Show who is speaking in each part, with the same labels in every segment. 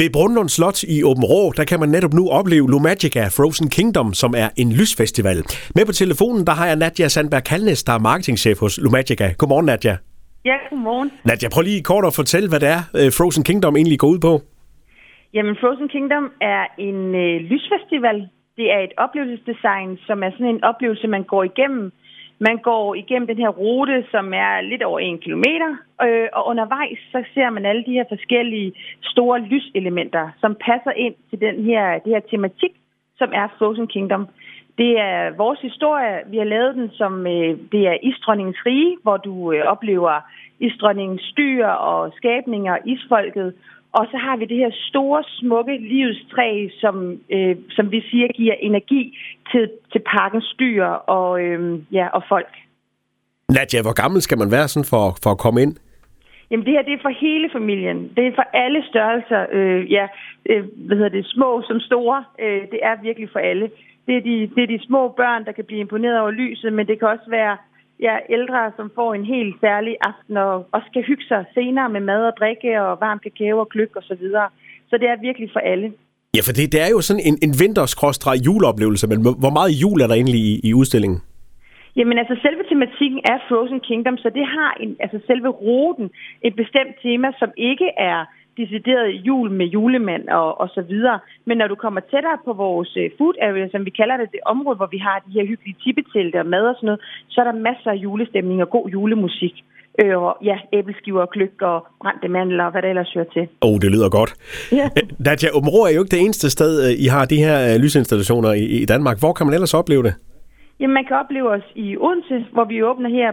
Speaker 1: Ved Brundlund Slot i Aabenraa, der kan man netop nu opleve Lumagica Frozen Kingdom, som er en lysfestival. Med på telefonen, der har jeg Nadia Sandberg Kalnes, der er marketingchef hos Lumagica. Godmorgen, Nadia.
Speaker 2: Ja, godmorgen.
Speaker 1: Nadia, prøv lige kort at fortælle, hvad det er, Frozen Kingdom egentlig går ud på.
Speaker 2: Jamen, Frozen Kingdom er en lysfestival. Det er et oplevelsesdesign, som er sådan en oplevelse, man går igennem. Man går igennem den her rute, som er lidt over 1 kilometer, og undervejs så ser man alle de her forskellige store lyselementer, som passer ind til det her tematik, som er Frozen Kingdom. Det er vores historie. Vi har lavet den som det er Isdronningens rige, hvor du oplever Isdronningens dyr og skabninger, isfolket. Og så har vi det her store, smukke livstræ, som vi siger giver energi til parkens dyr og folk.
Speaker 1: Nadia, hvor gammel skal man være sådan for at komme ind?
Speaker 2: Jamen det her, det er for hele familien. Det er for alle størrelser. Små som store. Det er virkelig for alle. Det er de små børn, der kan blive imponeret over lyset, men det kan også være ældre, som får en helt særlig aften og også kan hygge sig senere med mad og drikke og varm kakao og gløgg og så videre. Så det er virkelig for alle.
Speaker 1: Ja, for det er jo sådan en vinter-juleoplevelse, men hvor meget jul er der egentlig i udstillingen?
Speaker 2: Jamen altså selve tematikken er Frozen Kingdom, så det har selve ruten et bestemt tema, som ikke er decideret jul med julemand og så videre. Men når du kommer tættere på vores food area, som vi kalder det område, hvor vi har de her hyggelige tippetelte og mad og sådan noget, så er der masser af julestemning og god julemusik. Æbleskiver og gløgg og brændte mandler og hvad der ellers hører til.
Speaker 1: Det lyder godt. Ja. Nadia, Aabenraa er jo ikke det eneste sted, I har de her lysinstallationer i Danmark. Hvor kan man ellers opleve det?
Speaker 2: Jamen, man kan opleve os i Odense, hvor vi åbner her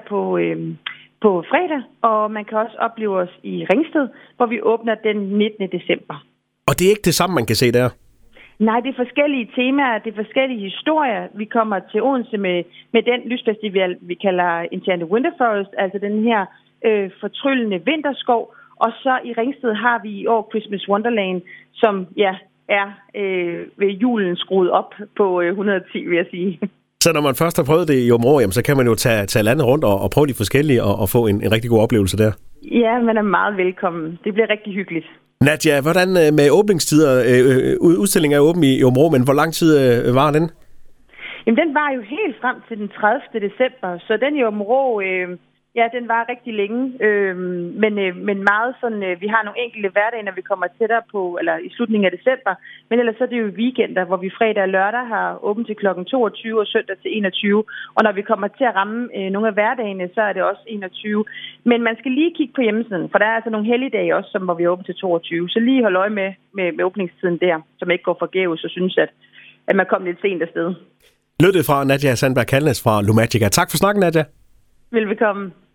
Speaker 2: på fredag, og man kan også opleve os i Ringsted, hvor vi åbner den 19. december. Og
Speaker 1: det er ikke det samme, man kan se der?
Speaker 2: Nej, det er forskellige temaer, det er forskellige historier. Vi kommer til Odense med den lysfestival, vi kalder Enchanted Winter Forest, altså den her fortryllende vinterskov. Og så i Ringsted har vi i år Christmas Wonderland, som er ved julen skruet op på 110, vil jeg sige.
Speaker 1: Så når man først har prøvet det i Aabenraa, så kan man jo tage landet rundt og prøve de forskellige og få en rigtig god oplevelse der.
Speaker 2: Ja, man er meget velkommen. Det bliver rigtig hyggeligt.
Speaker 1: Nadia, hvordan med åbningstider? Udstillingen er åben i Aabenraa, men hvor lang tid var den?
Speaker 2: Jamen, den var jo helt frem til den 30. december, så den i Aabenraa, den var rigtig længe. Men meget sådan, vi har nogle enkelte hverdage, når vi kommer tættere på, eller i slutningen af december. Men ellers så er det jo weekender, hvor vi fredag og lørdag har åbent til kl. 22 og søndag til 21. Og når vi kommer til at ramme nogle af hverdagene, så er det også 21. Men man skal lige kigge på hjemmesiden, for der er altså nogle helligdage også, hvor vi er åbent til 22. Så lige hold øje med åbningstiden der, så man ikke går forgæves og synes, at man kommer lidt sent afsted.
Speaker 1: Lød det fra Nadia Sandberg Kalnes fra Lumagica. Tak for snakken, Nadia.
Speaker 2: Velbekomme.